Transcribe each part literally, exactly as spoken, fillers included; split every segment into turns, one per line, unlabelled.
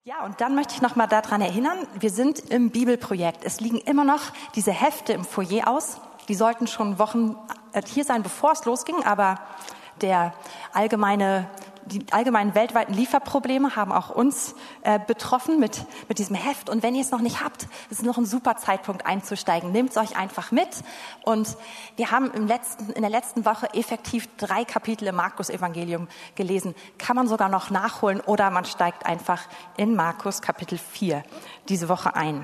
Ja, und dann möchte ich noch mal daran erinnern, wir sind im Bibelprojekt. Es liegen immer noch diese Hefte im Foyer aus. Die sollten schon Wochen hier sein, bevor es losging, aber der allgemeine, die allgemeinen weltweiten Lieferprobleme haben auch uns äh, betroffen mit, mit diesem Heft. Und wenn ihr es noch nicht habt, ist es noch ein super Zeitpunkt einzusteigen. Nehmt es euch einfach mit. Und wir haben im letzten, in der letzten Woche effektiv drei Kapitel im Markus-Evangelium gelesen. Kann man sogar noch nachholen oder man steigt einfach in Markus Kapitel vier diese Woche ein.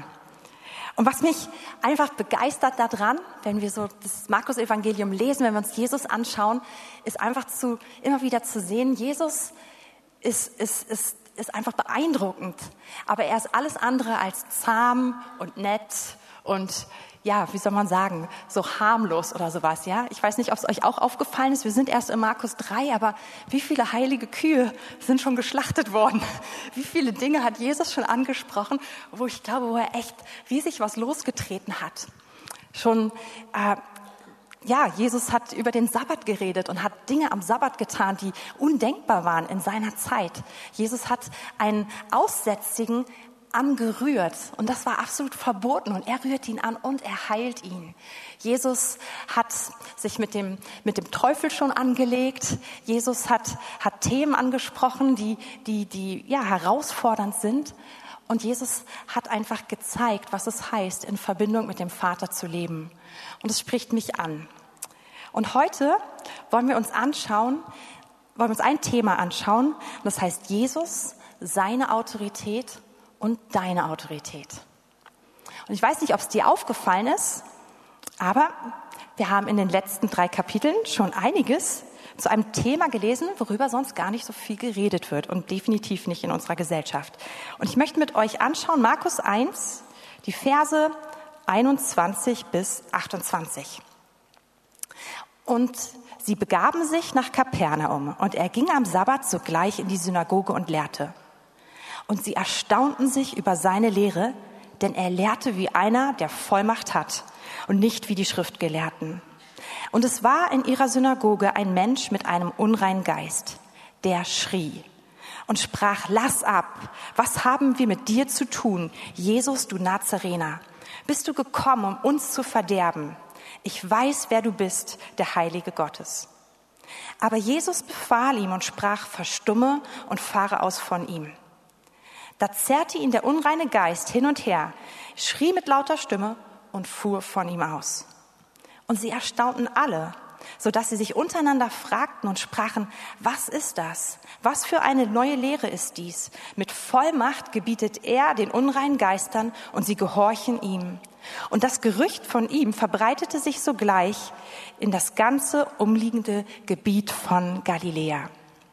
Und was mich einfach begeistert daran, wenn wir so das Markus-Evangelium lesen, wenn wir uns Jesus anschauen, ist einfach zu, immer wieder zu sehen, Jesus ist, ist, ist, ist einfach beeindruckend. Aber er ist alles andere als zahm und nett und ja, wie soll man sagen, so harmlos oder sowas, ja. Ich weiß nicht, ob es euch auch aufgefallen ist, wir sind erst in Markus drei, aber wie viele heilige Kühe sind schon geschlachtet worden? Wie viele Dinge hat Jesus schon angesprochen, wo ich glaube, wo er echt riesig was losgetreten hat. Schon, äh, ja, Jesus hat über den Sabbat geredet und hat Dinge am Sabbat getan, die undenkbar waren in seiner Zeit. Jesus hat einen Aussätzigen angerührt und das war absolut verboten und er rührt ihn an und er heilt ihn. Jesus hat sich mit dem, mit dem Teufel schon angelegt. Jesus hat, hat Themen angesprochen, die, die, die, ja, herausfordernd sind. Und Jesus hat einfach gezeigt, was es heißt, in Verbindung mit dem Vater zu leben. Und es spricht mich an. Und heute wollen wir uns anschauen, wollen wir uns ein Thema anschauen, und das heißt Jesus, seine Autorität und deine Autorität. Und ich weiß nicht, ob es dir aufgefallen ist, aber wir haben in den letzten drei Kapiteln schon einiges zu einem Thema gelesen, worüber sonst gar nicht so viel geredet wird und definitiv nicht in unserer Gesellschaft. Und ich möchte mit euch anschauen, Markus eins, die Verse einundzwanzig bis achtundzwanzig. Und sie begaben sich nach Kapernaum und er ging am Sabbat sogleich in die Synagoge und lehrte. Und sie erstaunten sich über seine Lehre, denn er lehrte wie einer, der Vollmacht hat und nicht wie die Schriftgelehrten. Und es war in ihrer Synagoge ein Mensch mit einem unreinen Geist, der schrie und sprach, lass ab, was haben wir mit dir zu tun, Jesus, du Nazarener? Bist du gekommen, um uns zu verderben? Ich weiß, wer du bist, der Heilige Gottes. Aber Jesus befahl ihm und sprach, verstumme und fahre aus von ihm. Da zerrte ihn der unreine Geist hin und her, schrie mit lauter Stimme und fuhr von ihm aus. Und sie erstaunten alle, sodass sie sich untereinander fragten und sprachen, was ist das? Was für eine neue Lehre ist dies? Mit Vollmacht gebietet er den unreinen Geistern und sie gehorchen ihm. Und das Gerücht von ihm verbreitete sich sogleich in das ganze umliegende Gebiet von Galiläa.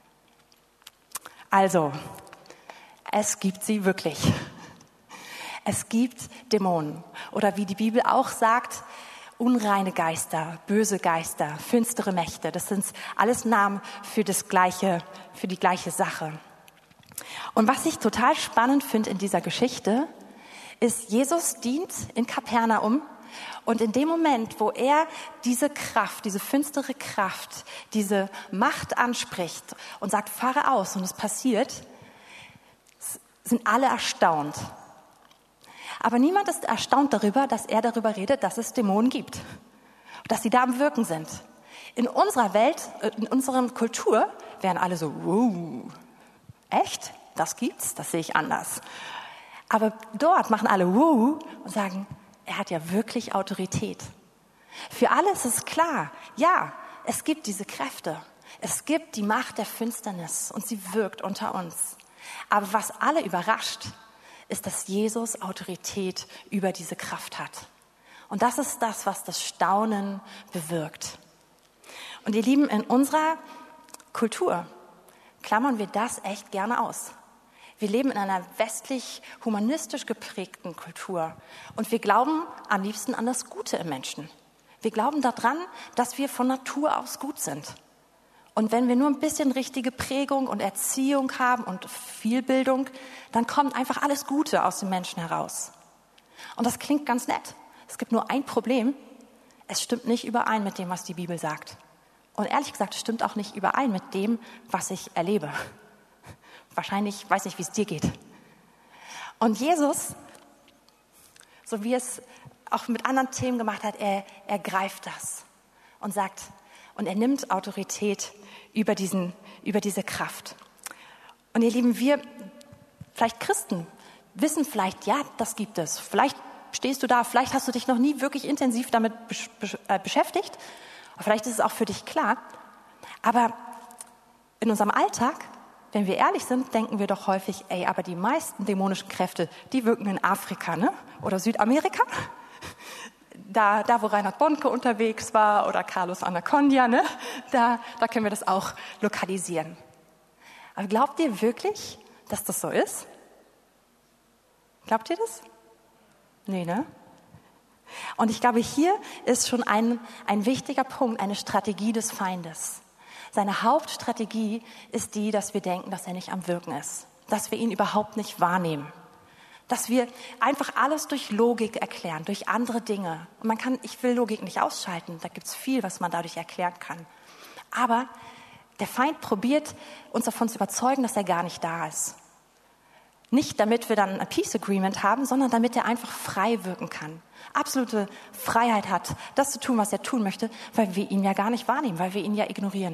Also, es gibt sie wirklich. Es gibt Dämonen. Oder wie die Bibel auch sagt, unreine Geister, böse Geister, finstere Mächte. Das sind alles Namen für das gleiche, für die gleiche Sache. Und was ich total spannend finde in dieser Geschichte, ist, Jesus dient in Kapernaum. Und in dem Moment, wo er diese Kraft, diese finstere Kraft, diese Macht anspricht und sagt, fahre aus, und es passiert, sind alle erstaunt. Aber niemand ist erstaunt darüber, dass er darüber redet, dass es Dämonen gibt. Dass sie da am Wirken sind. In unserer Welt, in unserer Kultur wären alle so, wow, echt? Das gibt's? Das sehe ich anders. Aber dort machen alle wow und sagen, er hat ja wirklich Autorität. Für alle ist es klar, ja, es gibt diese Kräfte. Es gibt die Macht der Finsternis und sie wirkt unter uns. Aber was alle überrascht, ist, dass Jesus Autorität über diese Kraft hat. Und das ist das, was das Staunen bewirkt. Und ihr Lieben, in unserer Kultur klammern wir das echt gerne aus. Wir leben in einer westlich-humanistisch geprägten Kultur. Und wir glauben am liebsten an das Gute im Menschen. Wir glauben daran, dass wir von Natur aus gut sind. Und wenn wir nur ein bisschen richtige Prägung und Erziehung haben und viel Bildung, dann kommt einfach alles Gute aus dem Menschen heraus. Und das klingt ganz nett. Es gibt nur ein Problem. Es stimmt nicht überein mit dem, was die Bibel sagt. Und ehrlich gesagt, es stimmt auch nicht überein mit dem, was ich erlebe. Wahrscheinlich, weiß nicht, wie es dir geht. Und Jesus, so wie es auch mit anderen Themen gemacht hat, er, er greift das und sagt, und er nimmt Autorität über, diesen, über diese Kraft. Und ihr Lieben, wir, vielleicht Christen, wissen vielleicht, ja, das gibt es. Vielleicht stehst du da, vielleicht hast du dich noch nie wirklich intensiv damit besch- besch- äh, beschäftigt. Vielleicht ist es auch für dich klar. Aber in unserem Alltag, wenn wir ehrlich sind, denken wir doch häufig, ey, aber die meisten dämonischen Kräfte, die wirken in Afrika, ne? Oder Südamerika. Da, da, wo Reinhard Bonke unterwegs war oder Carlos Anacondia, ne? da, da können wir das auch lokalisieren. Aber glaubt ihr wirklich, dass das so ist? Glaubt ihr das? Nee, ne? Und ich glaube, hier ist schon ein, ein wichtiger Punkt, eine Strategie des Feindes. Seine Hauptstrategie ist die, dass wir denken, dass er nicht am Wirken ist. Dass wir ihn überhaupt nicht wahrnehmen. Dass wir einfach alles durch Logik erklären, durch andere Dinge. Und man kann, ich will Logik nicht ausschalten, da gibt es viel, was man dadurch erklären kann. Aber der Feind probiert, uns davon zu überzeugen, dass er gar nicht da ist. Nicht damit wir dann ein Peace Agreement haben, sondern damit er einfach frei wirken kann. Absolute Freiheit hat, das zu tun, was er tun möchte, weil wir ihn ja gar nicht wahrnehmen, weil wir ihn ja ignorieren.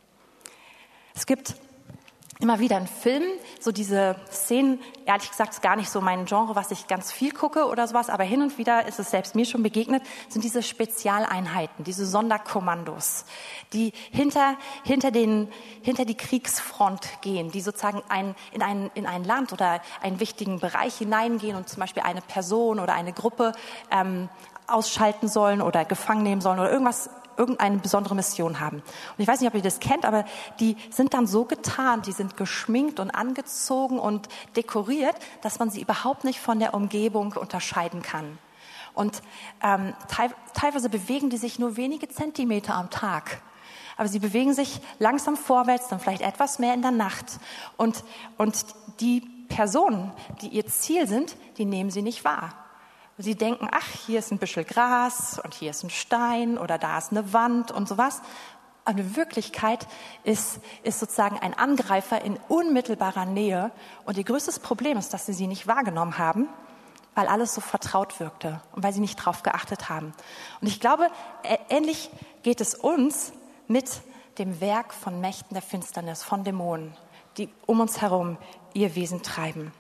Es gibt immer wieder in Filmen so diese Szenen, ehrlich gesagt ist gar nicht so mein Genre, was ich ganz viel gucke oder sowas, aber hin und wieder ist es selbst mir schon begegnet, sind diese Spezialeinheiten, diese Sonderkommandos, die hinter, hinter, den, hinter die Kriegsfront gehen, die sozusagen ein, in, ein, in ein Land oder einen wichtigen Bereich hineingehen und zum Beispiel eine Person oder eine Gruppe ähm, ausschalten sollen oder gefangen nehmen sollen oder irgendwas, irgendeine besondere Mission haben. Und ich weiß nicht, ob ihr das kennt, aber die sind dann so getarnt, die sind geschminkt und angezogen und dekoriert, dass man sie überhaupt nicht von der Umgebung unterscheiden kann. Und ähm, te- teilweise bewegen die sich nur wenige Zentimeter am Tag. Aber sie bewegen sich langsam vorwärts, dann vielleicht etwas mehr in der Nacht. Und, und die Personen, die ihr Ziel sind, die nehmen sie nicht wahr. Sie denken, ach, hier ist ein Büschel Gras und hier ist ein Stein oder da ist eine Wand und sowas. Aber in Wirklichkeit ist, ist sozusagen ein Angreifer in unmittelbarer Nähe. Und ihr größtes Problem ist, dass sie sie nicht wahrgenommen haben, weil alles so vertraut wirkte und weil sie nicht drauf geachtet haben. Und ich glaube, ähnlich geht es uns mit dem Werk von Mächten der Finsternis, von Dämonen, die um uns herum ihr Wesen treiben.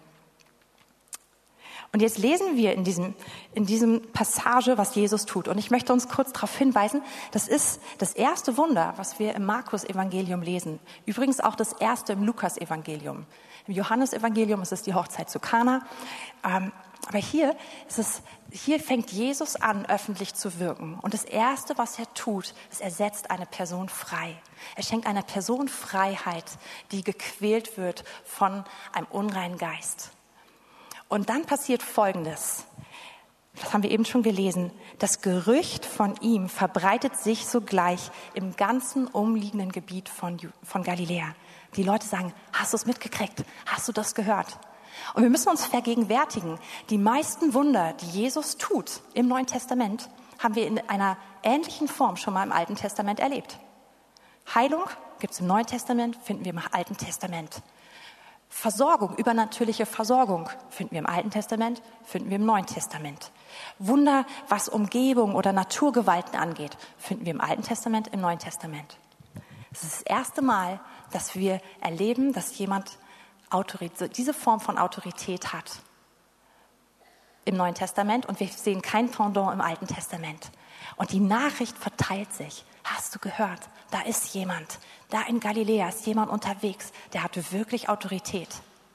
Und jetzt lesen wir in diesem, in diesem Passage, was Jesus tut. Und ich möchte uns kurz darauf hinweisen, das ist das erste Wunder, was wir im Markus-Evangelium lesen. Übrigens auch das erste im Lukas-Evangelium. Im Johannes-Evangelium ist es die Hochzeit zu Kana. Ähm, aber hier ist es, hier fängt Jesus an, öffentlich zu wirken. Und das Erste, was er tut, ist, er setzt eine Person frei. Er schenkt einer Person Freiheit, die gequält wird von einem unreinen Geist. Und dann passiert Folgendes. Das haben wir eben schon gelesen. Das Gerücht von ihm verbreitet sich sogleich im ganzen umliegenden Gebiet von, von Galiläa. Die Leute sagen, hast du es mitgekriegt? Hast du das gehört? Und wir müssen uns vergegenwärtigen, die meisten Wunder, die Jesus tut im Neuen Testament, haben wir in einer ähnlichen Form schon mal im Alten Testament erlebt. Heilung gibt es im Neuen Testament, finden wir im Alten Testament. Versorgung, übernatürliche Versorgung finden wir im Alten Testament, finden wir im Neuen Testament. Wunder, was Umgebung oder Naturgewalten angeht, finden wir im Alten Testament, im Neuen Testament. Es ist das erste Mal, dass wir erleben, dass jemand Autorität, diese Form von Autorität hat im Neuen Testament und wir sehen kein Pendant im Alten Testament. Und die Nachricht verteilt sich. Hast du gehört? Da ist jemand. Da in Galiläa ist jemand unterwegs, der hatte wirklich Autorität.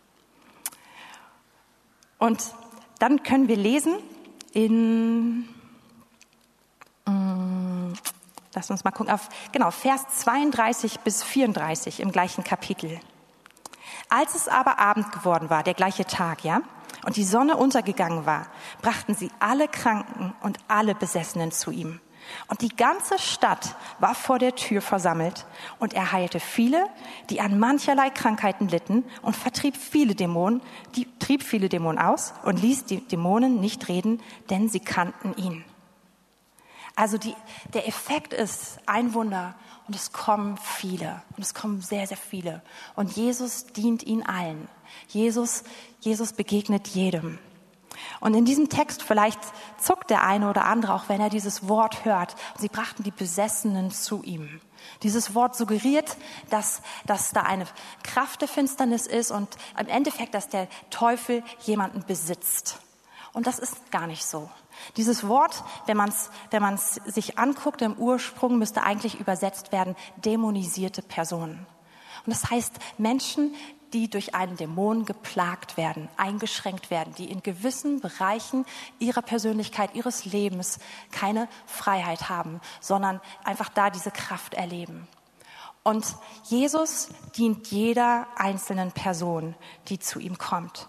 Und dann können wir lesen in, ähm, lass uns mal gucken, auf, genau, Vers zweiunddreißig bis vierunddreißig im gleichen Kapitel. Als es aber Abend geworden war, der gleiche Tag, ja, und die Sonne untergegangen war, brachten sie alle Kranken und alle Besessenen zu ihm. Und die ganze Stadt war vor der Tür versammelt und er heilte viele, die an mancherlei Krankheiten litten und vertrieb viele Dämonen, die trieb viele Dämonen aus und ließ die Dämonen nicht reden, denn sie kannten ihn. Also die, der Effekt ist ein Wunder und es kommen viele und es kommen sehr, sehr viele. Und Jesus dient ihnen allen. Jesus, Jesus begegnet jedem. Und in diesem Text vielleicht zuckt der eine oder andere, auch wenn er dieses Wort hört. Sie brachten die Besessenen zu ihm. Dieses Wort suggeriert, dass, dass da eine Kraft der Finsternis ist und im Endeffekt, dass der Teufel jemanden besitzt. Und das ist gar nicht so. Dieses Wort, wenn man es wenn man's sich anguckt, im Ursprung müsste eigentlich übersetzt werden, dämonisierte Personen. Und das heißt Menschen, die durch einen Dämon geplagt werden, eingeschränkt werden, die in gewissen Bereichen ihrer Persönlichkeit, ihres Lebens keine Freiheit haben, sondern einfach da diese Kraft erleben. Und Jesus dient jeder einzelnen Person, die zu ihm kommt.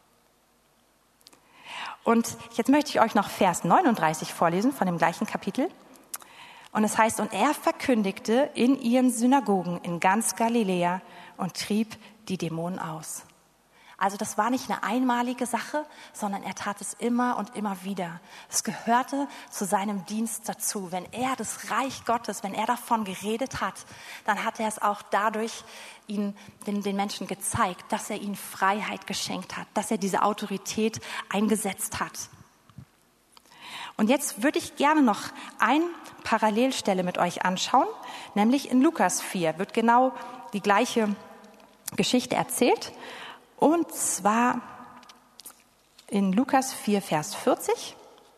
Und jetzt möchte ich euch noch Vers neununddreißig vorlesen von dem gleichen Kapitel. Und es heißt, und er verkündigte in ihren Synagogen in ganz Galiläa und trieb die Dämonen aus. Also das war nicht eine einmalige Sache, sondern er tat es immer und immer wieder. Es gehörte zu seinem Dienst dazu. Wenn er das Reich Gottes, wenn er davon geredet hat, dann hat er es auch dadurch ihn, den, den Menschen gezeigt, dass er ihnen Freiheit geschenkt hat, dass er diese Autorität eingesetzt hat. Und jetzt würde ich gerne noch eine Parallelstelle mit euch anschauen, nämlich in Lukas vier wird genau die gleiche Geschichte erzählt. Und zwar in Lukas vier, Vers vierzig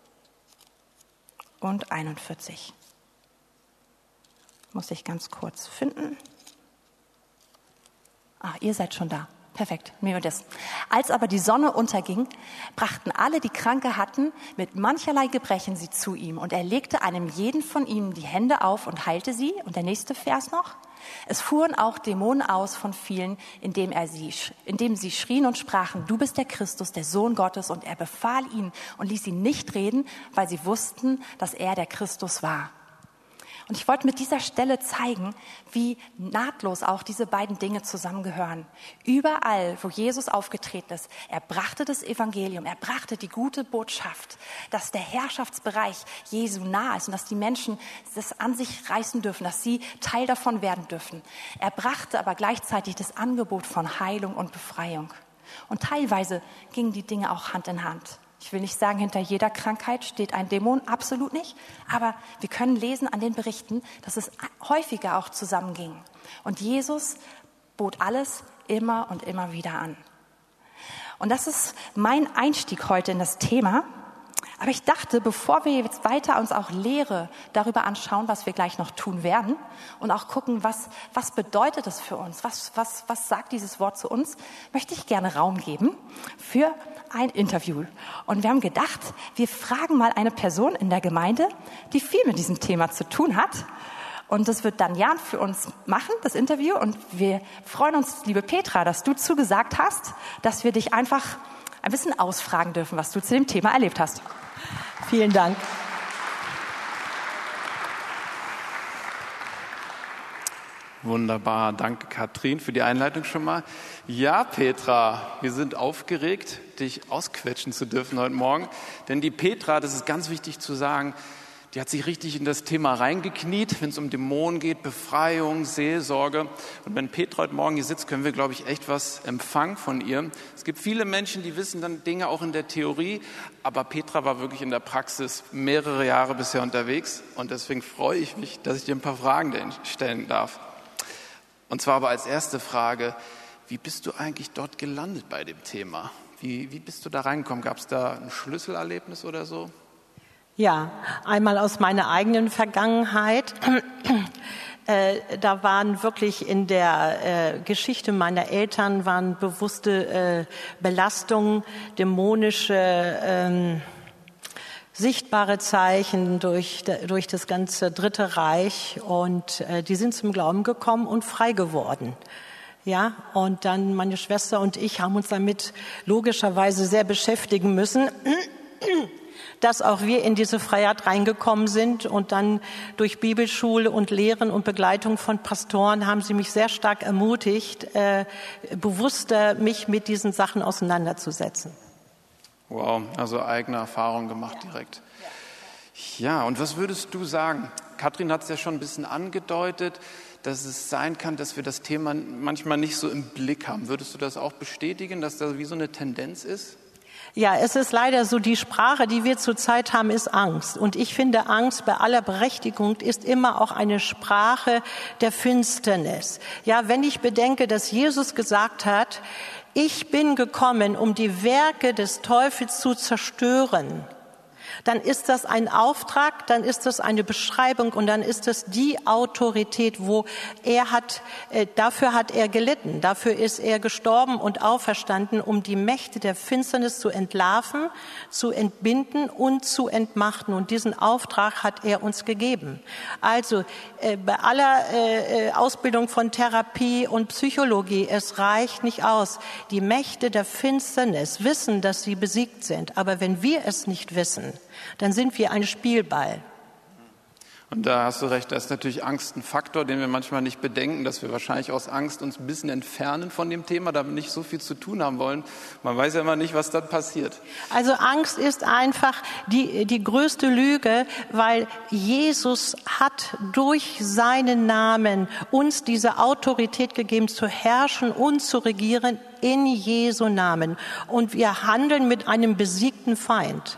und einundvierzig. Muss ich ganz kurz finden. Ah, ihr seid schon da. Perfekt, nehmen wir das. Als aber die Sonne unterging, brachten alle, die Kranke hatten, mit mancherlei Gebrechen sie zu ihm. Und er legte einem jeden von ihnen die Hände auf und heilte sie. Und der nächste Vers noch. Es fuhren auch Dämonen aus von vielen, indem, er sie, indem sie schrien und sprachen, du bist der Christus, der Sohn Gottes. Und er befahl ihnen und ließ sie nicht reden, weil sie wussten, dass er der Christus war. Und ich wollte mit dieser Stelle zeigen, wie nahtlos auch diese beiden Dinge zusammengehören. Überall, wo Jesus aufgetreten ist, er brachte das Evangelium, er brachte die gute Botschaft, dass der Herrschaftsbereich Jesu nah ist und dass die Menschen das an sich reißen dürfen, dass sie Teil davon werden dürfen. Er brachte aber gleichzeitig das Angebot von Heilung und Befreiung. Und teilweise gingen die Dinge auch Hand in Hand. Ich will nicht sagen, hinter jeder Krankheit steht ein Dämon, absolut nicht. Aber wir können lesen an den Berichten, dass es häufiger auch zusammenging. Und Jesus bot alles immer und immer wieder an. Und das ist mein Einstieg heute in das Thema. Aber ich dachte, bevor wir jetzt weiter uns auch Lehre darüber anschauen, was wir gleich noch tun werden und auch gucken, was, was bedeutet es für uns, was, was, was sagt dieses Wort zu uns, möchte ich gerne Raum geben für ein Interview. Und wir haben gedacht, wir fragen mal eine Person in der Gemeinde, die viel mit diesem Thema zu tun hat. Und das wird dann Jan für uns machen, das Interview. Und wir freuen uns, liebe Petra, dass du zugesagt hast, dass wir dich einfach ein bisschen ausfragen dürfen, was du zu dem Thema erlebt hast.
Vielen Dank.
Wunderbar, danke Katrin für die Einleitung schon mal. Ja, Petra, wir sind aufgeregt, dich ausquetschen zu dürfen heute Morgen. Denn die Petra, das ist ganz wichtig zu sagen, die hat sich richtig in das Thema reingekniet, wenn es um Dämonen geht, Befreiung, Seelsorge. Und wenn Petra heute Morgen hier sitzt, können wir, glaube ich, echt was empfangen von ihr. Es gibt viele Menschen, die wissen dann Dinge auch in der Theorie, aber Petra war wirklich in der Praxis mehrere Jahre bisher unterwegs. Und deswegen freue ich mich, dass ich dir ein paar Fragen stellen darf. Und zwar aber als erste Frage, wie bist du eigentlich dort gelandet bei dem Thema? Wie, wie bist du da reingekommen? Gab es da ein Schlüsselerlebnis oder so?
Ja, einmal aus meiner eigenen Vergangenheit. Äh, da waren wirklich in der äh, Geschichte meiner Eltern waren bewusste äh, Belastungen, dämonische, äh, sichtbare Zeichen durch, durch das ganze Dritte Reich. Und äh, die sind zum Glauben gekommen und frei geworden. Ja, und dann meine Schwester und ich haben uns damit logischerweise sehr beschäftigen müssen, dass auch wir in diese Freiheit reingekommen sind. Und dann durch Bibelschule und Lehren und Begleitung von Pastoren haben sie mich sehr stark ermutigt, äh, bewusster mich mit diesen Sachen auseinanderzusetzen.
Wow, also eigene Erfahrung gemacht direkt. Ja, und was würdest du sagen? Katrin hat es ja schon ein bisschen angedeutet, dass es sein kann, dass wir das Thema manchmal nicht so im Blick haben. Würdest du das auch bestätigen, dass da wie so eine Tendenz ist?
Ja, es ist leider so, die Sprache, die wir zurzeit haben, ist Angst. Und ich finde, Angst bei aller Berechtigung ist immer auch eine Sprache der Finsternis. Ja, wenn ich bedenke, dass Jesus gesagt hat, ich bin gekommen, um die Werke des Teufels zu zerstören, dann ist das ein Auftrag, dann ist das eine Beschreibung und dann ist das die Autorität, wo er hat, äh, dafür hat er gelitten, dafür ist er gestorben und auferstanden, um die Mächte der Finsternis zu entlarven, zu entbinden und zu entmachten. Und diesen Auftrag hat er uns gegeben. Also äh, bei aller äh, Ausbildung von Therapie und Psychologie, es reicht nicht aus. Die Mächte der Finsternis wissen, dass sie besiegt sind, aber wenn wir es nicht wissen, dann sind wir ein Spielball.
Und da hast du recht, da ist natürlich Angst ein Faktor, den wir manchmal nicht bedenken, dass wir wahrscheinlich aus Angst uns ein bisschen entfernen von dem Thema, damit nicht so viel zu tun haben wollen. Man weiß ja immer nicht, was dann passiert.
Also Angst ist einfach die, die größte Lüge, weil Jesus hat durch seinen Namen uns diese Autorität gegeben, zu herrschen und zu regieren in Jesu Namen. Und wir handeln mit einem besiegten Feind.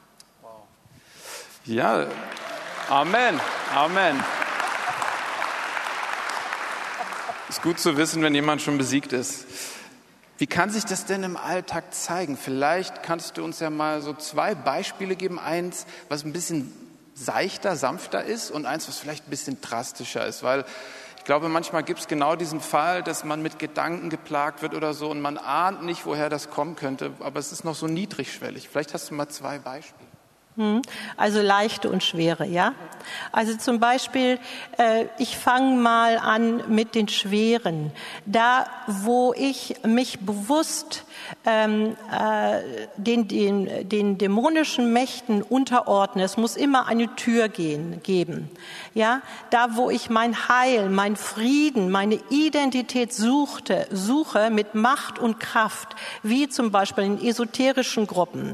Ja, Amen, Amen. Ist gut zu wissen, wenn jemand schon besiegt ist. Wie kann sich das denn im Alltag zeigen? Vielleicht kannst du uns ja mal so zwei Beispiele geben. Eins, was ein bisschen seichter, sanfter ist und eins, was vielleicht ein bisschen drastischer ist. Weil ich glaube, manchmal gibt es genau diesen Fall, dass man mit Gedanken geplagt wird oder so und man ahnt nicht, woher das kommen könnte. Aber es ist noch so niedrigschwellig. Vielleicht hast du mal zwei Beispiele.
Also leichte und schwere, ja. Also zum Beispiel, äh, ich fange mal an mit den schweren. Da, wo ich mich bewusst ähm, äh, den, den, den dämonischen Mächten unterordne, es muss immer eine Tür gehen, geben. Ja, da, wo ich mein Heil, mein Frieden, meine Identität suchte, suche mit Macht und Kraft, wie zum Beispiel in esoterischen Gruppen,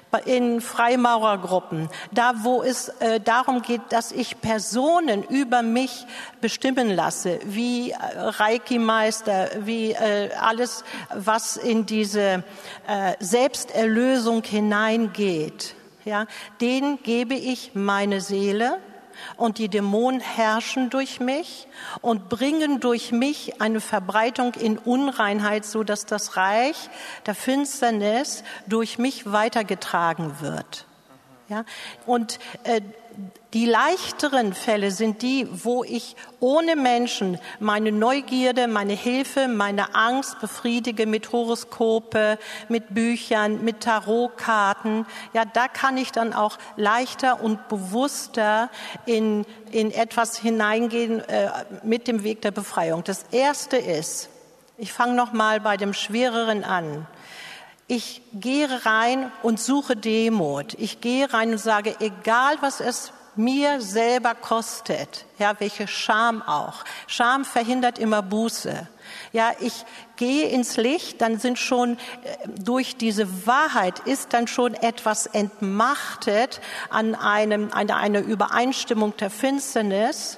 in Freimaurergruppen, da wo es äh, darum geht, dass ich Personen über mich bestimmen lasse, wie äh, Reiki-Meister, wie äh, alles, was in diese äh, Selbsterlösung hineingeht. Ja, denen gebe ich meine Seele. Und die Dämonen herrschen durch mich und bringen durch mich eine Verbreitung in Unreinheit, so dass das Reich der Finsternis durch mich weitergetragen wird. Ja? Und äh, die leichteren Fälle sind die, wo ich ohne Menschen meine Neugierde, meine Hilfe, meine Angst befriedige mit Horoskope, mit Büchern, mit Tarotkarten. Ja, da kann ich dann auch leichter und bewusster in, in etwas hineingehen äh, mit dem Weg der Befreiung. Das Erste ist, ich fange noch mal bei dem Schwereren an. Ich gehe rein und suche Demut. Ich gehe rein und sage, egal was es mir selber kostet, ja, welche Scham auch. Scham verhindert immer Buße. Ja, ich gehe ins Licht, dann sind schon, durch diese Wahrheit ist dann schon etwas entmachtet an einem, an einer Übereinstimmung der Finsternis.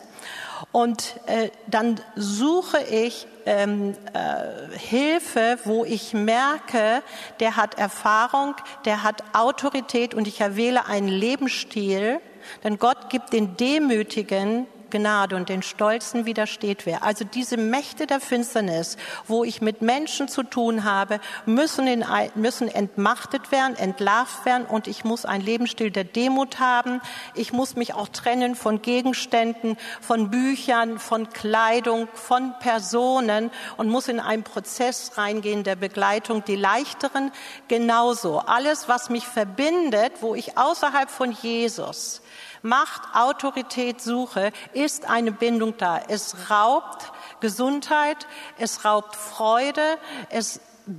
Und äh, dann suche ich ähm, äh, Hilfe, wo ich merke, der hat Erfahrung, der hat Autorität und ich erwähle einen Lebensstil, denn Gott gibt den Demütigen Gnade und den Stolzen widersteht wer. Also diese Mächte der Finsternis, wo ich mit Menschen zu tun habe, müssen, in, müssen entmachtet werden, entlarvt werden und ich muss einen Lebensstil der Demut haben. Ich muss mich auch trennen von Gegenständen, von Büchern, von Kleidung, von Personen und muss in einen Prozess reingehen der Begleitung. Die Leichteren genauso. Alles, was mich verbindet, wo ich außerhalb von Jesus Macht, Autorität suche, ist eine Bindung da. Es raubt Gesundheit, es raubt Freude, es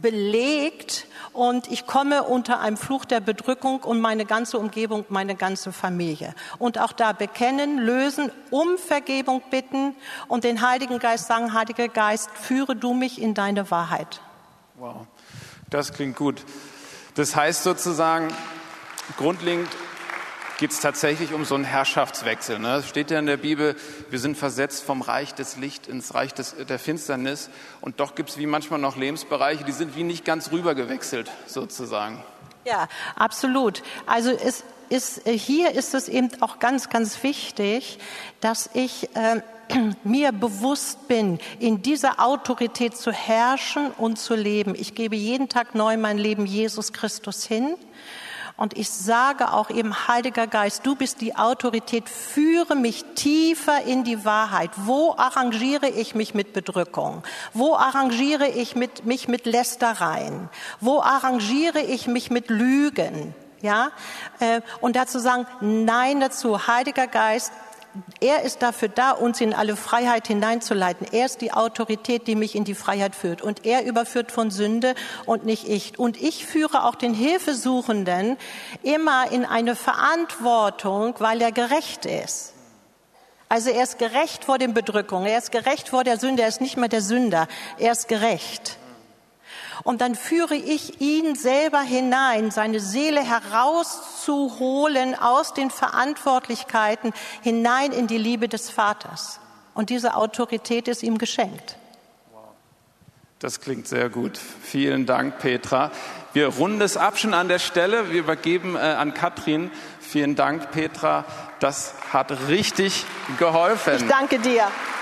belegt und ich komme unter einem Fluch der Bedrückung und meine ganze Umgebung, meine ganze Familie. Und auch da bekennen, lösen, um Vergebung bitten und den Heiligen Geist sagen, Heiliger Geist, führe du mich in deine Wahrheit.
Wow, das klingt gut. Das heißt sozusagen, grundlegend geht es tatsächlich um so einen Herrschaftswechsel. Ne? Es steht ja in der Bibel, wir sind versetzt vom Reich des Lichts ins Reich des, der Finsternis. Und doch gibt es wie manchmal noch Lebensbereiche, die sind wie nicht ganz rübergewechselt sozusagen.
Ja, absolut. Also es ist, hier ist es eben auch ganz, ganz wichtig, dass ich äh, mir bewusst bin, in dieser Autorität zu herrschen und zu leben. Ich gebe jeden Tag neu mein Leben Jesus Christus hin. Und ich sage auch eben, Heiliger Geist, du bist die Autorität, führe mich tiefer in die Wahrheit. Wo arrangiere ich mich mit Bedrückung? Wo arrangiere ich mit, mich mit Lästereien? Wo arrangiere ich mich mit Lügen? Ja? Und dazu sagen, nein dazu, Heiliger Geist, er ist dafür da, uns in alle Freiheit hineinzuleiten. Er ist die Autorität, die mich in die Freiheit führt. Und er überführt von Sünde und nicht ich. Und ich führe auch den Hilfesuchenden immer in eine Verantwortung, weil er gerecht ist. Also er ist gerecht vor den Bedrückungen. Er ist gerecht vor der Sünde. Er ist nicht mehr der Sünder. Er ist gerecht. Und dann führe ich ihn selber hinein, seine Seele herauszuholen aus den Verantwortlichkeiten hinein in die Liebe des Vaters. Und diese Autorität ist ihm geschenkt.
Das klingt sehr gut. Vielen Dank, Petra. Wir runden es ab schon an der Stelle. Wir übergeben äh, an Katrin. Vielen Dank, Petra. Das hat richtig geholfen.
Ich danke dir.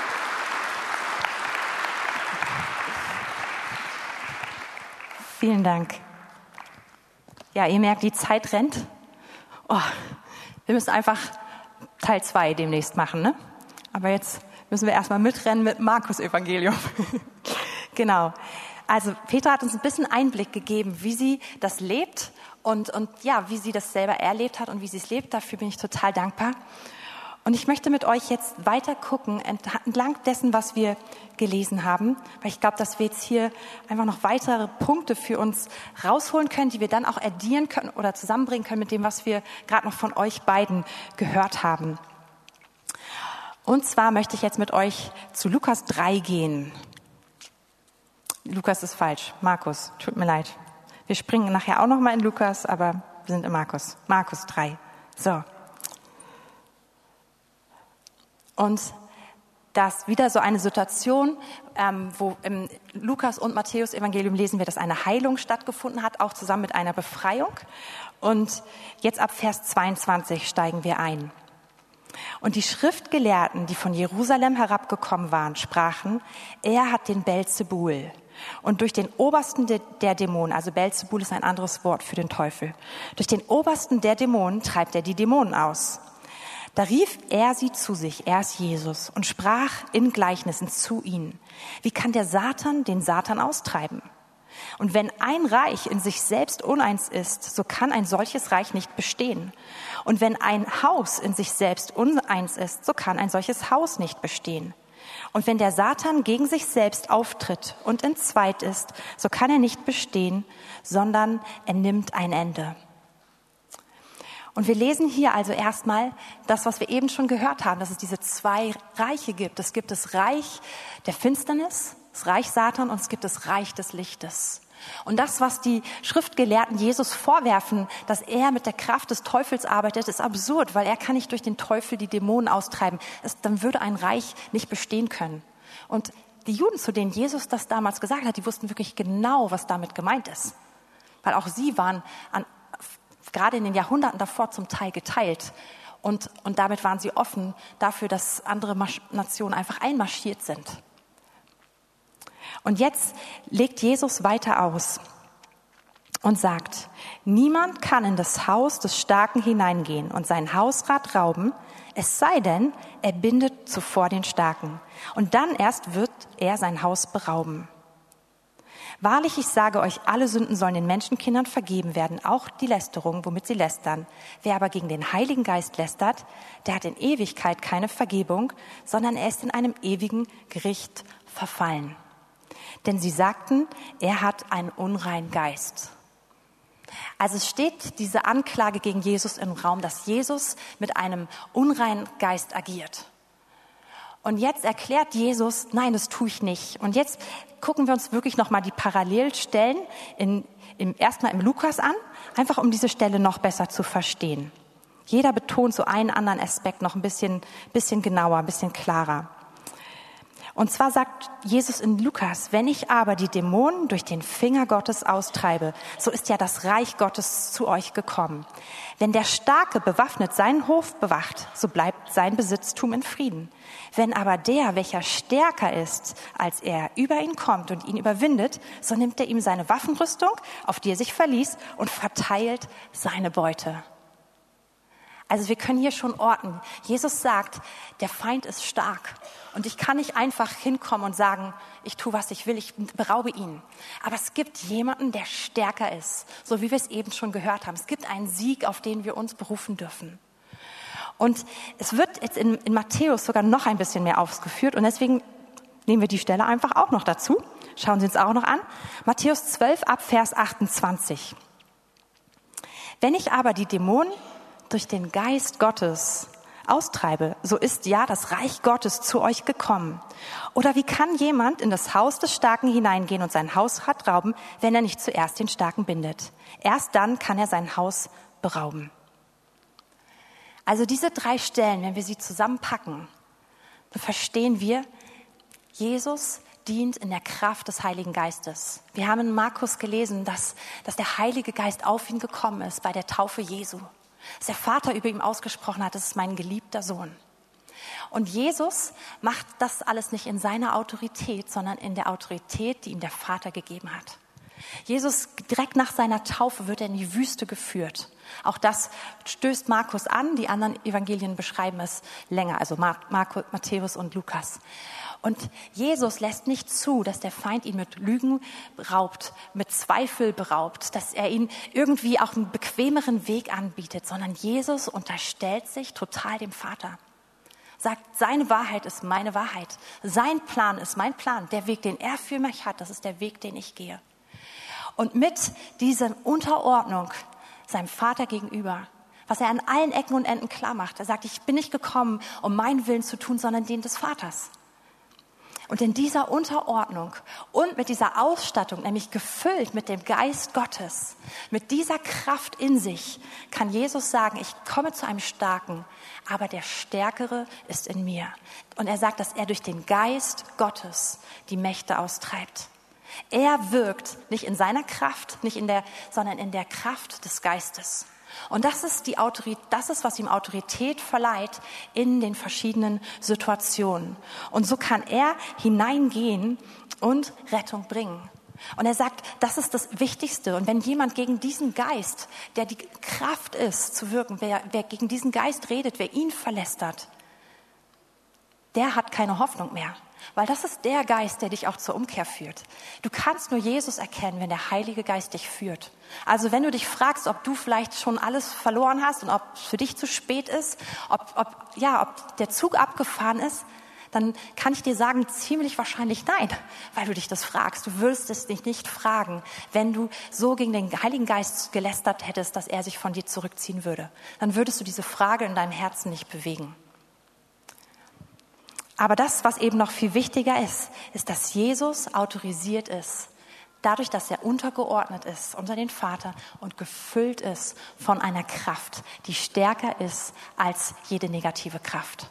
Vielen Dank. Ja, ihr merkt, die Zeit rennt. Oh, wir müssen einfach Teil zwei demnächst machen, ne? Aber jetzt müssen wir erstmal mitrennen mit Markus Evangelium. Genau. Also Petra hat uns ein bisschen Einblick gegeben, wie sie das lebt und, und ja, wie sie das selber erlebt hat und wie sie es lebt. Dafür bin ich total dankbar. Und ich möchte mit euch jetzt weiter gucken, entlang dessen, was wir gelesen haben, weil ich glaube, dass wir jetzt hier einfach noch weitere Punkte für uns rausholen können, die wir dann auch addieren können oder zusammenbringen können mit dem, was wir gerade noch von euch beiden gehört haben. Und zwar möchte ich jetzt mit euch zu Lukas drei gehen. Lukas ist falsch, Markus, tut mir leid. Wir springen nachher auch noch mal in Lukas, aber wir sind in Markus. Markus drei. So. Und das wieder so eine Situation, ähm, wo im Lukas- und Matthäus-Evangelium lesen wir, dass eine Heilung stattgefunden hat, auch zusammen mit einer Befreiung. Und jetzt ab Vers zweiundzwanzig steigen wir ein. Und die Schriftgelehrten, die von Jerusalem herabgekommen waren, sprachen, er hat den Belzebul. Und durch den Obersten der, der Dämonen, also Belzebul ist ein anderes Wort für den Teufel, durch den Obersten der Dämonen treibt er die Dämonen aus. Da rief er sie zu sich, er ist Jesus, und sprach in Gleichnissen zu ihnen. Wie kann der Satan den Satan austreiben? Und wenn ein Reich in sich selbst uneins ist, so kann ein solches Reich nicht bestehen. Und wenn ein Haus in sich selbst uneins ist, so kann ein solches Haus nicht bestehen. Und wenn der Satan gegen sich selbst auftritt und entzweit ist, so kann er nicht bestehen, sondern er nimmt ein Ende. Und wir lesen hier also erstmal das, was wir eben schon gehört haben, dass es diese zwei Reiche gibt. Es gibt das Reich der Finsternis, das Reich Satan, und es gibt das Reich des Lichtes. Und das, was die Schriftgelehrten Jesus vorwerfen, dass er mit der Kraft des Teufels arbeitet, ist absurd, weil er kann nicht durch den Teufel die Dämonen austreiben. Es, dann würde ein Reich nicht bestehen können. Und die Juden, zu denen Jesus das damals gesagt hat, die wussten wirklich genau, was damit gemeint ist. Weil auch sie waren an gerade in den Jahrhunderten davor zum Teil geteilt. Und, und damit waren sie offen dafür, dass andere Masch- Nationen einfach einmarschiert sind. Und jetzt legt Jesus weiter aus und sagt, niemand kann in das Haus des Starken hineingehen und sein Hausrat rauben, es sei denn, er bindet zuvor den Starken. Und dann erst wird er sein Haus berauben. Wahrlich, ich sage euch, alle Sünden sollen den Menschenkindern vergeben werden, auch die Lästerung, womit sie lästern. Wer aber gegen den Heiligen Geist lästert, der hat in Ewigkeit keine Vergebung, sondern er ist in einem ewigen Gericht verfallen. Denn sie sagten, er hat einen unreinen Geist. Also es steht diese Anklage gegen Jesus im Raum, dass Jesus mit einem unreinen Geist agiert. Und jetzt erklärt Jesus, nein, das tue ich nicht. Und jetzt gucken wir uns wirklich nochmal die Parallelstellen in, im, erstmal im Lukas an, einfach um diese Stelle noch besser zu verstehen. Jeder betont so einen anderen Aspekt noch ein bisschen, bisschen genauer, ein bisschen klarer. Und zwar sagt Jesus in Lukas, wenn ich aber die Dämonen durch den Finger Gottes austreibe, so ist ja das Reich Gottes zu euch gekommen. Wenn der Starke bewaffnet seinen Hof bewacht, so bleibt sein Besitztum in Frieden. Wenn aber der, welcher stärker ist, als er, über ihn kommt und ihn überwindet, so nimmt er ihm seine Waffenrüstung, auf die er sich verließ, und verteilt seine Beute. Also wir können hier schon orten. Jesus sagt, der Feind ist stark. Und ich kann nicht einfach hinkommen und sagen, ich tue, was ich will, ich beraube ihn. Aber es gibt jemanden, der stärker ist, so wie wir es eben schon gehört haben. Es gibt einen Sieg, auf den wir uns berufen dürfen. Und es wird jetzt in, in Matthäus sogar noch ein bisschen mehr ausgeführt. Und deswegen nehmen wir die Stelle einfach auch noch dazu. Schauen Sie uns auch noch an. Matthäus zwölf ab Vers achtundzwanzig. Wenn ich aber die Dämonen durch den Geist Gottes austreibe, so ist ja das Reich Gottes zu euch gekommen. Oder wie kann jemand in das Haus des Starken hineingehen und sein Hausrat rauben, wenn er nicht zuerst den Starken bindet? Erst dann kann er sein Haus berauben. Also diese drei Stellen, wenn wir sie zusammenpacken, dann verstehen wir, Jesus dient in der Kraft des Heiligen Geistes. Wir haben in Markus gelesen, dass, dass der Heilige Geist auf ihn gekommen ist bei der Taufe Jesu. Dass der Vater über ihm ausgesprochen hat, das ist mein geliebter Sohn. Und Jesus macht das alles nicht in seiner Autorität, sondern in der Autorität, die ihm der Vater gegeben hat. Jesus, direkt nach seiner Taufe wird er in die Wüste geführt. Auch das stößt Markus an, die anderen Evangelien beschreiben es länger, also Markus, Matthäus und Lukas. Und Jesus lässt nicht zu, dass der Feind ihn mit Lügen raubt, mit Zweifel beraubt, dass er ihn irgendwie auch einen bequemeren Weg anbietet, sondern Jesus unterstellt sich total dem Vater. Sagt, seine Wahrheit ist meine Wahrheit, sein Plan ist mein Plan, der Weg, den er für mich hat, das ist der Weg, den ich gehe. Und mit dieser Unterordnung seinem Vater gegenüber, was er an allen Ecken und Enden klar macht, er sagt, ich bin nicht gekommen, um meinen Willen zu tun, sondern den des Vaters. Und in dieser Unterordnung und mit dieser Ausstattung, nämlich gefüllt mit dem Geist Gottes, mit dieser Kraft in sich, kann Jesus sagen, ich komme zu einem Starken, aber der Stärkere ist in mir. Und er sagt, dass er durch den Geist Gottes die Mächte austreibt. Er wirkt nicht in seiner Kraft, nicht in der, sondern in der Kraft des Geistes. Und das ist die Autorität, das ist, was ihm Autorität verleiht in den verschiedenen Situationen. Und so kann er hineingehen und Rettung bringen. Und er sagt, das ist das Wichtigste. Und wenn jemand gegen diesen Geist, der die Kraft ist, zu wirken, wer, wer gegen diesen Geist redet, wer ihn verlästert, der hat keine Hoffnung mehr. Weil das ist der Geist, der dich auch zur Umkehr führt. Du kannst nur Jesus erkennen, wenn der Heilige Geist dich führt. Also wenn du dich fragst, ob du vielleicht schon alles verloren hast und ob es für dich zu spät ist, ob, ob, ja, ob der Zug abgefahren ist, dann kann ich dir sagen, ziemlich wahrscheinlich nein, weil du dich das fragst. Du würdest es dich nicht fragen, wenn du so gegen den Heiligen Geist gelästert hättest, dass er sich von dir zurückziehen würde. Dann würdest du diese Frage in deinem Herzen nicht bewegen. Aber das, was eben noch viel wichtiger ist, ist, dass Jesus autorisiert ist, dadurch, dass er untergeordnet ist unter den Vater und gefüllt ist von einer Kraft, die stärker ist als jede negative Kraft.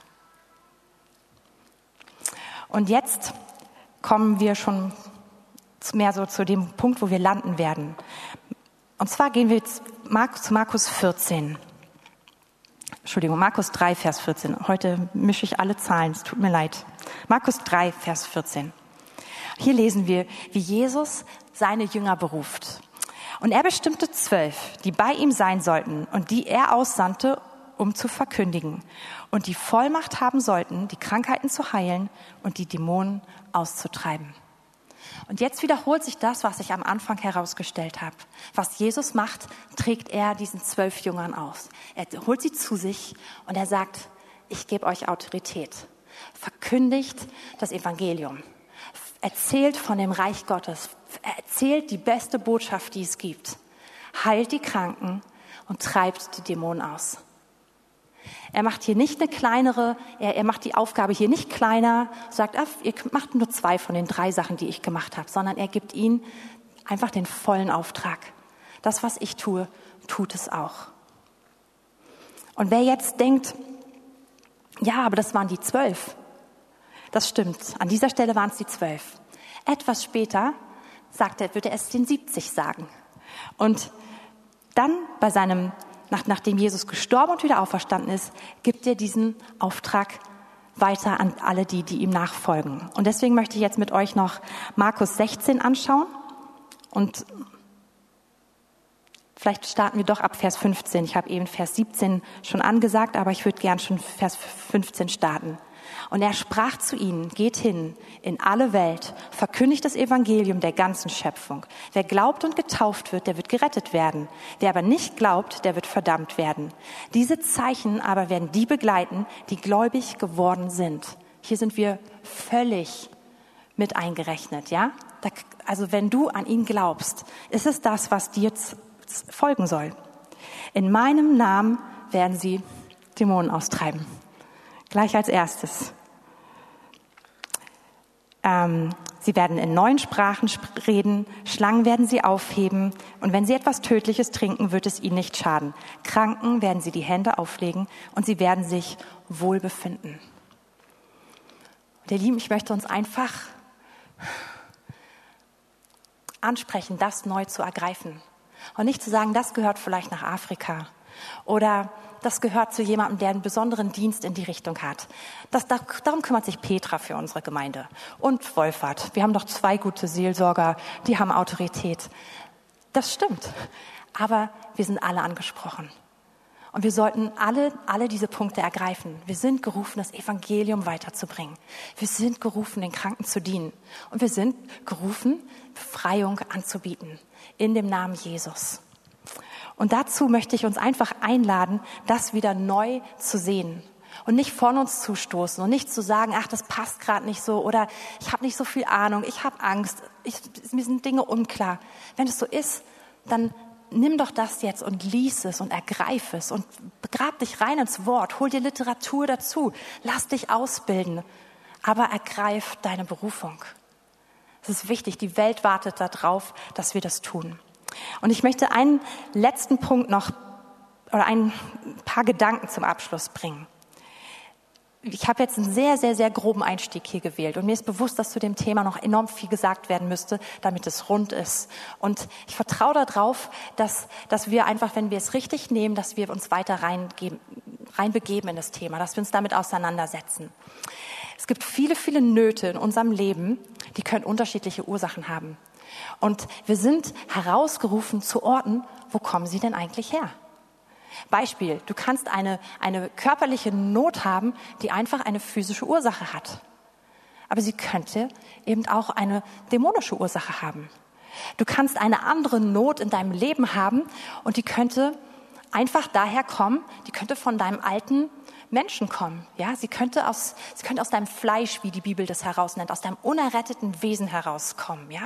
Und jetzt kommen wir schon mehr so zu dem Punkt, wo wir landen werden. Und zwar gehen wir jetzt zu Markus vierzehn. Entschuldigung, Markus drei, Vers vierzehn. Heute mische ich alle Zahlen, es tut mir leid. Markus drei, Vers vierzehn. Hier lesen wir, wie Jesus seine Jünger beruft. Und er bestimmte zwölf, die bei ihm sein sollten und die er aussandte, um zu verkündigen und die Vollmacht haben sollten, die Krankheiten zu heilen und die Dämonen auszutreiben. Und jetzt wiederholt sich das, was ich am Anfang herausgestellt habe. Was Jesus macht, trägt er diesen zwölf Jüngern aus. Er holt sie zu sich und er sagt, ich gebe euch Autorität. Verkündigt das Evangelium. Erzählt von dem Reich Gottes. Erzählt die beste Botschaft, die es gibt. Heilt die Kranken und treibt die Dämonen aus. Er macht hier nicht eine kleinere, er, er macht die Aufgabe hier nicht kleiner, sagt, ah, ihr macht nur zwei von den drei Sachen, die ich gemacht habe, sondern er gibt ihnen einfach den vollen Auftrag. Das, was ich tue, tut es auch. Und wer jetzt denkt, ja, aber das waren die zwölf. Das stimmt. An dieser Stelle waren es die zwölf. Etwas später sagt er, wird er es den siebzig sagen. Und dann bei seinem, nach, nachdem Jesus gestorben und wieder auferstanden ist, gibt er diesen Auftrag weiter an alle die, die ihm nachfolgen. Und deswegen möchte ich jetzt mit euch noch Markus sechzehn anschauen. Und vielleicht starten wir doch ab Vers fünfzehn. Ich habe eben Vers siebzehn schon angesagt, aber ich würde gern schon Vers fünfzehn starten. Und er sprach zu ihnen, geht hin in alle Welt, verkündigt das Evangelium der ganzen Schöpfung. Wer glaubt und getauft wird, der wird gerettet werden. Wer aber nicht glaubt, der wird verdammt werden. Diese Zeichen aber werden die begleiten, die gläubig geworden sind. Hier sind wir völlig mit eingerechnet, ja? Also wenn du an ihn glaubst, ist es das, was dir folgen soll. In meinem Namen werden sie Dämonen austreiben. Gleich als erstes. Ähm, sie werden in neuen Sprachen reden, Schlangen werden sie aufheben und wenn sie etwas Tödliches trinken, wird es ihnen nicht schaden. Kranken werden sie die Hände auflegen und sie werden sich wohl befinden. Und ihr Lieben, ich möchte uns einfach ansprechen, das neu zu ergreifen. Und nicht zu sagen, das gehört vielleicht nach Afrika oder das gehört zu jemandem, der einen besonderen Dienst in die Richtung hat. Das, darum kümmert sich Petra für unsere Gemeinde und Wolfert. Wir haben doch zwei gute Seelsorger, die haben Autorität. Das stimmt, aber wir sind alle angesprochen. Und wir sollten alle, alle diese Punkte ergreifen. Wir sind gerufen, das Evangelium weiterzubringen. Wir sind gerufen, den Kranken zu dienen. Und wir sind gerufen, Befreiung anzubieten in dem Namen Jesus. Und dazu möchte ich uns einfach einladen, das wieder neu zu sehen und nicht von uns zu stoßen und nicht zu sagen, ach, das passt gerade nicht so oder ich habe nicht so viel Ahnung, ich habe Angst, ich, mir sind Dinge unklar. Wenn es so ist, dann nimm doch das jetzt und lies es und ergreif es und begrab dich rein ins Wort, hol dir Literatur dazu, lass dich ausbilden, aber ergreif deine Berufung. Es ist wichtig, die Welt wartet darauf, dass wir das tun. Und ich möchte einen letzten Punkt noch oder ein paar Gedanken zum Abschluss bringen. Ich habe jetzt einen sehr, sehr, sehr groben Einstieg hier gewählt und mir ist bewusst, dass zu dem Thema noch enorm viel gesagt werden müsste, damit es rund ist. Und ich vertraue darauf, dass, dass wir einfach, wenn wir es richtig nehmen, dass wir uns weiter reingeben, reinbegeben in das Thema, dass wir uns damit auseinandersetzen. Es gibt viele, viele Nöte in unserem Leben, die können unterschiedliche Ursachen haben. Und wir sind herausgerufen zu Orten, wo kommen sie denn eigentlich her? Beispiel, du kannst eine, eine körperliche Not haben, die einfach eine physische Ursache hat. Aber sie könnte eben auch eine dämonische Ursache haben. Du kannst eine andere Not in deinem Leben haben und die könnte einfach daher kommen, die könnte von deinem alten Menschen kommen. Ja, sie könnte aus, sie könnte aus deinem Fleisch, wie die Bibel das herausnennt, aus deinem unerretteten Wesen herauskommen. Ja,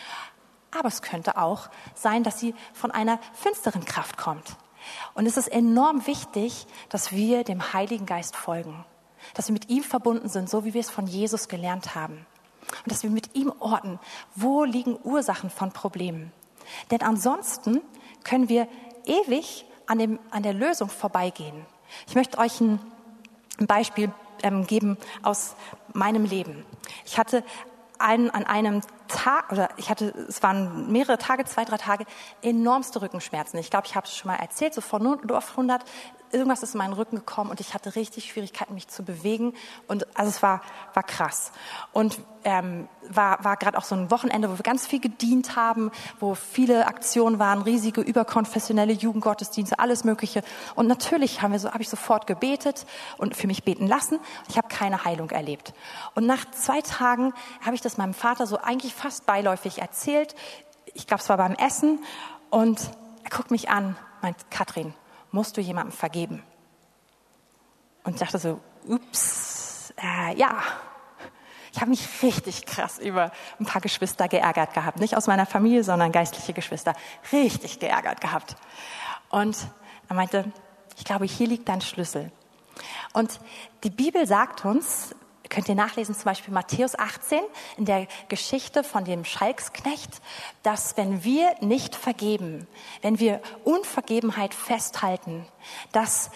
aber es könnte auch sein, dass sie von einer finsteren Kraft kommt. Und es ist enorm wichtig, dass wir dem Heiligen Geist folgen, dass wir mit ihm verbunden sind, so wie wir es von Jesus gelernt haben. Und dass wir mit ihm orten, wo liegen Ursachen von Problemen. Denn ansonsten können wir ewig an, dem, an der Lösung vorbeigehen. Ich möchte euch ein, ein Beispiel ähm, geben aus meinem Leben. Ich hatte ein, an einem Tag, oder ich hatte, es waren mehrere Tage, zwei, drei Tage, enormste Rückenschmerzen. Ich glaube, ich habe es schon mal erzählt, so von null auf hundert, irgendwas ist in meinen Rücken gekommen und ich hatte richtig Schwierigkeiten, mich zu bewegen. Und also es war, war krass. Und ähm, war, war gerade auch so ein Wochenende, wo wir ganz viel gedient haben, wo viele Aktionen waren, riesige überkonfessionelle Jugendgottesdienste, alles Mögliche. Und natürlich haben wir so, habe ich sofort gebetet und für mich beten lassen. Ich habe keine Heilung erlebt. Und nach zwei Tagen habe ich das meinem Vater so eigentlich fast beiläufig erzählt. Ich glaube, es war beim Essen. Und er guckt mich an, meint, Katrin, musst du jemandem vergeben? Und ich dachte so, ups, äh, ja. Ich habe mich richtig krass über ein paar Geschwister geärgert gehabt. Nicht aus meiner Familie, sondern geistliche Geschwister. Richtig geärgert gehabt. Und er meinte, ich glaube, hier liegt dein Schlüssel. Und die Bibel sagt uns, könnt ihr nachlesen, zum Beispiel Matthäus achtzehn, in der Geschichte von dem Schalksknecht, dass wenn wir nicht vergeben, wenn wir Unvergebenheit festhalten, dass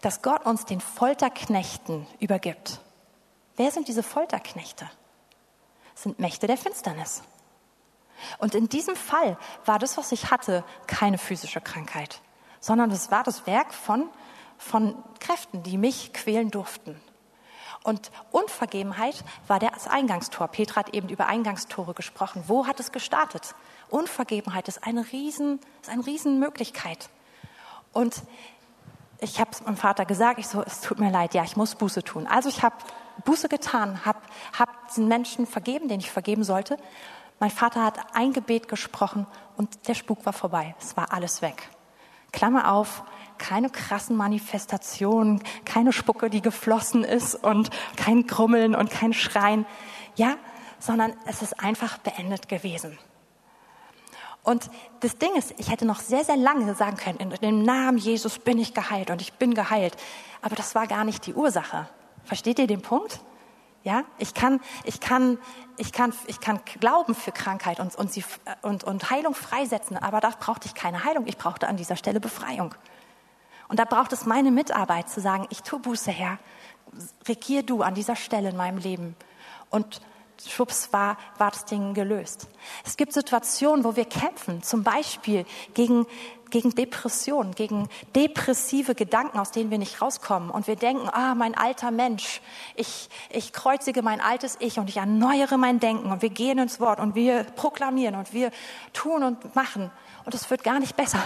dass Gott uns den Folterknechten übergibt. Wer sind diese Folterknechte? Das sind Mächte der Finsternis. Und in diesem Fall war das, was ich hatte, keine physische Krankheit, sondern es war das Werk von, von Kräften, die mich quälen durften. Und Unvergebenheit war das Eingangstor. Petra hat eben über Eingangstore gesprochen. Wo hat es gestartet? Unvergebenheit ist eine riesen, ist eine riesen Möglichkeit. Und ich habe es meinem Vater gesagt, ich so, es tut mir leid, ja, ich muss Buße tun. Also ich habe Buße getan, habe hab diesen Menschen vergeben, den ich vergeben sollte. Mein Vater hat ein Gebet gesprochen und der Spuk war vorbei. Es war alles weg. Klammer auf, keine krassen Manifestationen, keine Spucke, die geflossen ist und kein Grummeln und kein Schreien. Ja, sondern es ist einfach beendet gewesen. Und das Ding ist, ich hätte noch sehr, sehr lange sagen können, in dem Namen Jesus bin ich geheilt und ich bin geheilt. Aber das war gar nicht die Ursache. Versteht ihr den Punkt? Ja, ich kann, ich kann, ich kann, ich kann glauben für Krankheit und, und, sie, und, und Heilung freisetzen, aber da brauchte ich keine Heilung. Ich brauchte an dieser Stelle Befreiung. Und da braucht es meine Mitarbeit, zu sagen, ich tue Buße, Herr, regier du an dieser Stelle in meinem Leben. Und schwupps war, war das Ding gelöst. Es gibt Situationen, wo wir kämpfen, zum Beispiel gegen, gegen Depressionen, gegen depressive Gedanken, aus denen wir nicht rauskommen. Und wir denken, ah, mein alter Mensch, ich, ich kreuzige mein altes Ich und ich erneuere mein Denken. Und wir gehen ins Wort und wir proklamieren und wir tun und machen. Und es wird gar nicht besser.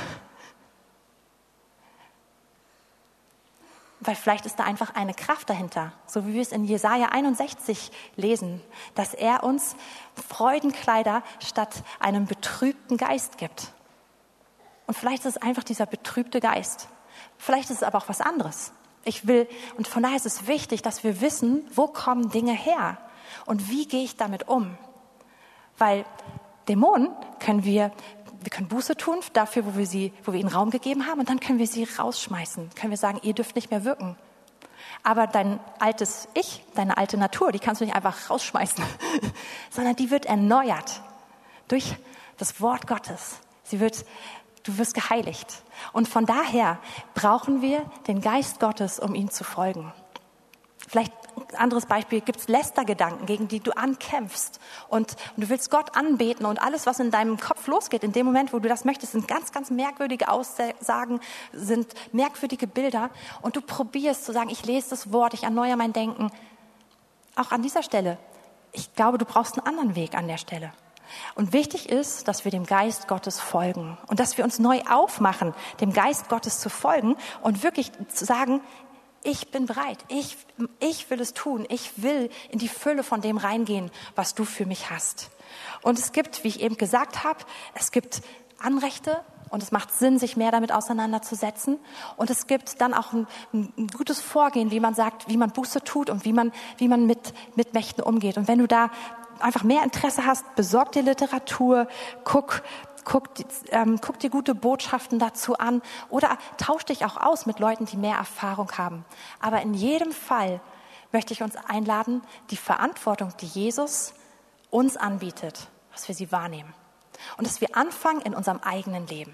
Weil vielleicht ist da einfach eine Kraft dahinter, so wie wir es in Jesaja einundsechzig lesen, dass er uns Freudenkleider statt einem betrübten Geist gibt. Und vielleicht ist es einfach dieser betrübte Geist. Vielleicht ist es aber auch was anderes. Ich will, und von daher ist es wichtig, dass wir wissen, wo kommen Dinge her und wie gehe ich damit um. Weil Dämonen können wir Wir können Buße tun dafür, wo wir, sie, wo wir ihnen Raum gegeben haben, und dann können wir sie rausschmeißen. Können wir sagen, ihr dürft nicht mehr wirken. Aber dein altes Ich, deine alte Natur, die kannst du nicht einfach rausschmeißen, sondern die wird erneuert durch das Wort Gottes. Sie wird, du wirst geheiligt. Und von daher brauchen wir den Geist Gottes, um ihm zu folgen. Vielleicht ein anderes Beispiel, gibt es Lästergedanken, gegen die du ankämpfst und, und du willst Gott anbeten und alles, was in deinem Kopf losgeht, in dem Moment, wo du das möchtest, sind ganz, ganz merkwürdige Aussagen, sind merkwürdige Bilder, und du probierst zu sagen, ich lese das Wort, ich erneuere mein Denken. Auch an dieser Stelle, ich glaube, du brauchst einen anderen Weg an der Stelle. Und wichtig ist, dass wir dem Geist Gottes folgen und dass wir uns neu aufmachen, dem Geist Gottes zu folgen und wirklich zu sagen, ich bin bereit, ich, ich will es tun, ich will in die Fülle von dem reingehen, was du für mich hast. Und es gibt, wie ich eben gesagt habe, es gibt Anrechte und es macht Sinn, sich mehr damit auseinanderzusetzen. Und es gibt dann auch ein, ein gutes Vorgehen, wie man sagt, wie man Buße tut und wie man, wie man mit, mit Mächten umgeht. Und wenn du da einfach mehr Interesse hast, besorg dir Literatur, guck, Guck, ähm, guck dir gute Botschaften dazu an oder tausch dich auch aus mit Leuten, die mehr Erfahrung haben. Aber in jedem Fall möchte ich uns einladen, die Verantwortung, die Jesus uns anbietet, dass wir sie wahrnehmen. Und dass wir anfangen in unserem eigenen Leben.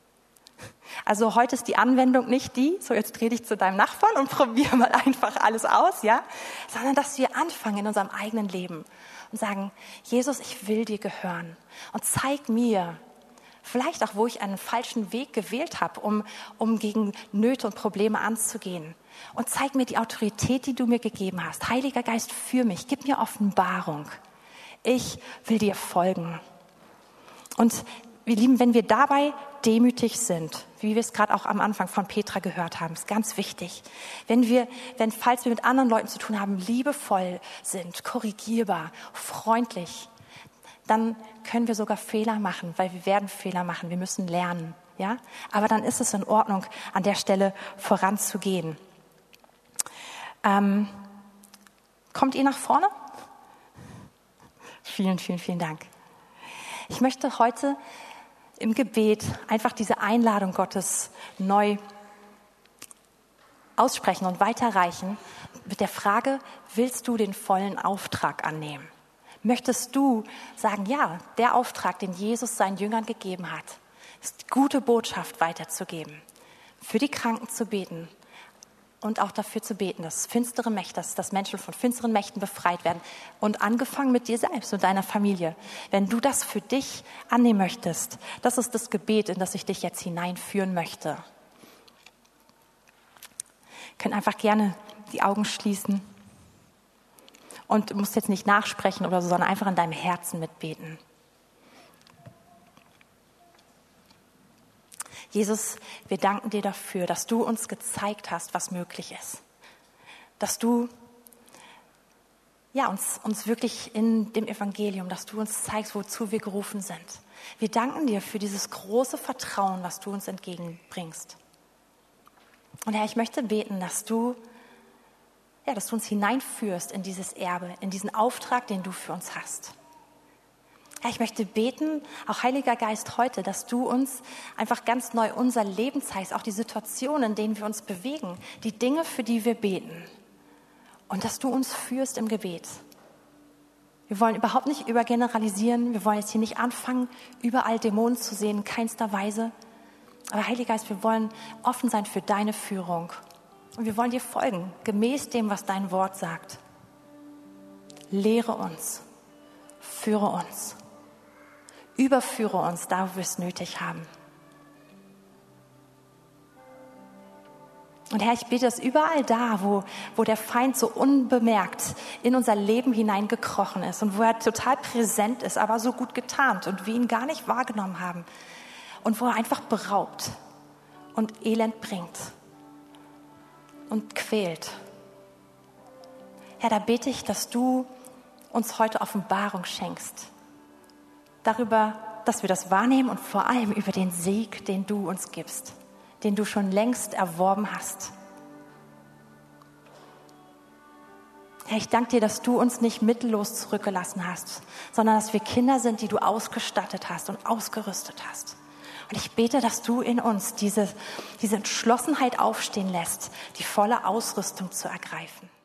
Also heute ist die Anwendung nicht die, so jetzt dreh dich zu deinem Nachbarn und probier mal einfach alles aus, ja, sondern dass wir anfangen in unserem eigenen Leben und sagen, Jesus, ich will dir gehören und zeig mir, vielleicht auch, wo ich einen falschen Weg gewählt habe, um, um gegen Nöte und Probleme anzugehen. Und zeig mir die Autorität, die du mir gegeben hast. Heiliger Geist, für mich, gib mir Offenbarung. Ich will dir folgen. Und wir Lieben, wenn wir dabei demütig sind, wie wir es gerade auch am Anfang von Petra gehört haben, ist ganz wichtig. Wenn wir, wenn, falls wir mit anderen Leuten zu tun haben, liebevoll sind, korrigierbar, freundlich, dann können wir sogar Fehler machen, weil wir werden Fehler machen. Wir müssen lernen, ja? Aber dann ist es in Ordnung, an der Stelle voranzugehen. Ähm, kommt ihr nach vorne? Vielen, vielen, vielen Dank. Ich möchte heute im Gebet einfach diese Einladung Gottes neu aussprechen und weiterreichen mit der Frage, willst du den vollen Auftrag annehmen? Möchtest du sagen, ja, der Auftrag, den Jesus seinen Jüngern gegeben hat, ist die gute Botschaft weiterzugeben, für die Kranken zu beten und auch dafür zu beten, dass finstere Mächte, dass, dass Menschen von finsteren Mächten befreit werden. Und angefangen mit dir selbst und deiner Familie. Wenn du das für dich annehmen möchtest, das ist das Gebet, in das ich dich jetzt hineinführen möchte. Ihr könnt einfach gerne die Augen schließen und du musst jetzt nicht nachsprechen oder so, sondern einfach in deinem Herzen mitbeten. Jesus, wir danken dir dafür, dass du uns gezeigt hast, was möglich ist. Dass du ja, uns, uns wirklich in dem Evangelium, dass du uns zeigst, wozu wir gerufen sind. Wir danken dir für dieses große Vertrauen, was du uns entgegenbringst. Und Herr, ich möchte beten, dass du, ja, dass du uns hineinführst in dieses Erbe, in diesen Auftrag, den du für uns hast. Ja, ich möchte beten, auch Heiliger Geist, heute, dass du uns einfach ganz neu unser Leben zeigst, auch die Situationen, in denen wir uns bewegen, die Dinge, für die wir beten. Und dass du uns führst im Gebet. Wir wollen überhaupt nicht übergeneralisieren, wir wollen jetzt hier nicht anfangen, überall Dämonen zu sehen, in keinster Weise. Aber Heiliger Geist, wir wollen offen sein für deine Führung. Und wir wollen dir folgen, gemäß dem, was dein Wort sagt. Lehre uns, führe uns. Überführe uns da, wo wir es nötig haben. Und Herr, ich bete, dass überall da, wo, wo der Feind so unbemerkt in unser Leben hineingekrochen ist und wo er total präsent ist, aber so gut getarnt und wir ihn gar nicht wahrgenommen haben und wo er einfach beraubt und Elend bringt und quält. Herr, da bete ich, dass du uns heute Offenbarung schenkst. Darüber, dass wir das wahrnehmen und vor allem über den Sieg, den du uns gibst, den du schon längst erworben hast. Herr, ich danke dir, dass du uns nicht mittellos zurückgelassen hast, sondern dass wir Kinder sind, die du ausgestattet hast und ausgerüstet hast. Und ich bete, dass du in uns diese, diese Entschlossenheit aufstehen lässt, die volle Ausrüstung zu ergreifen.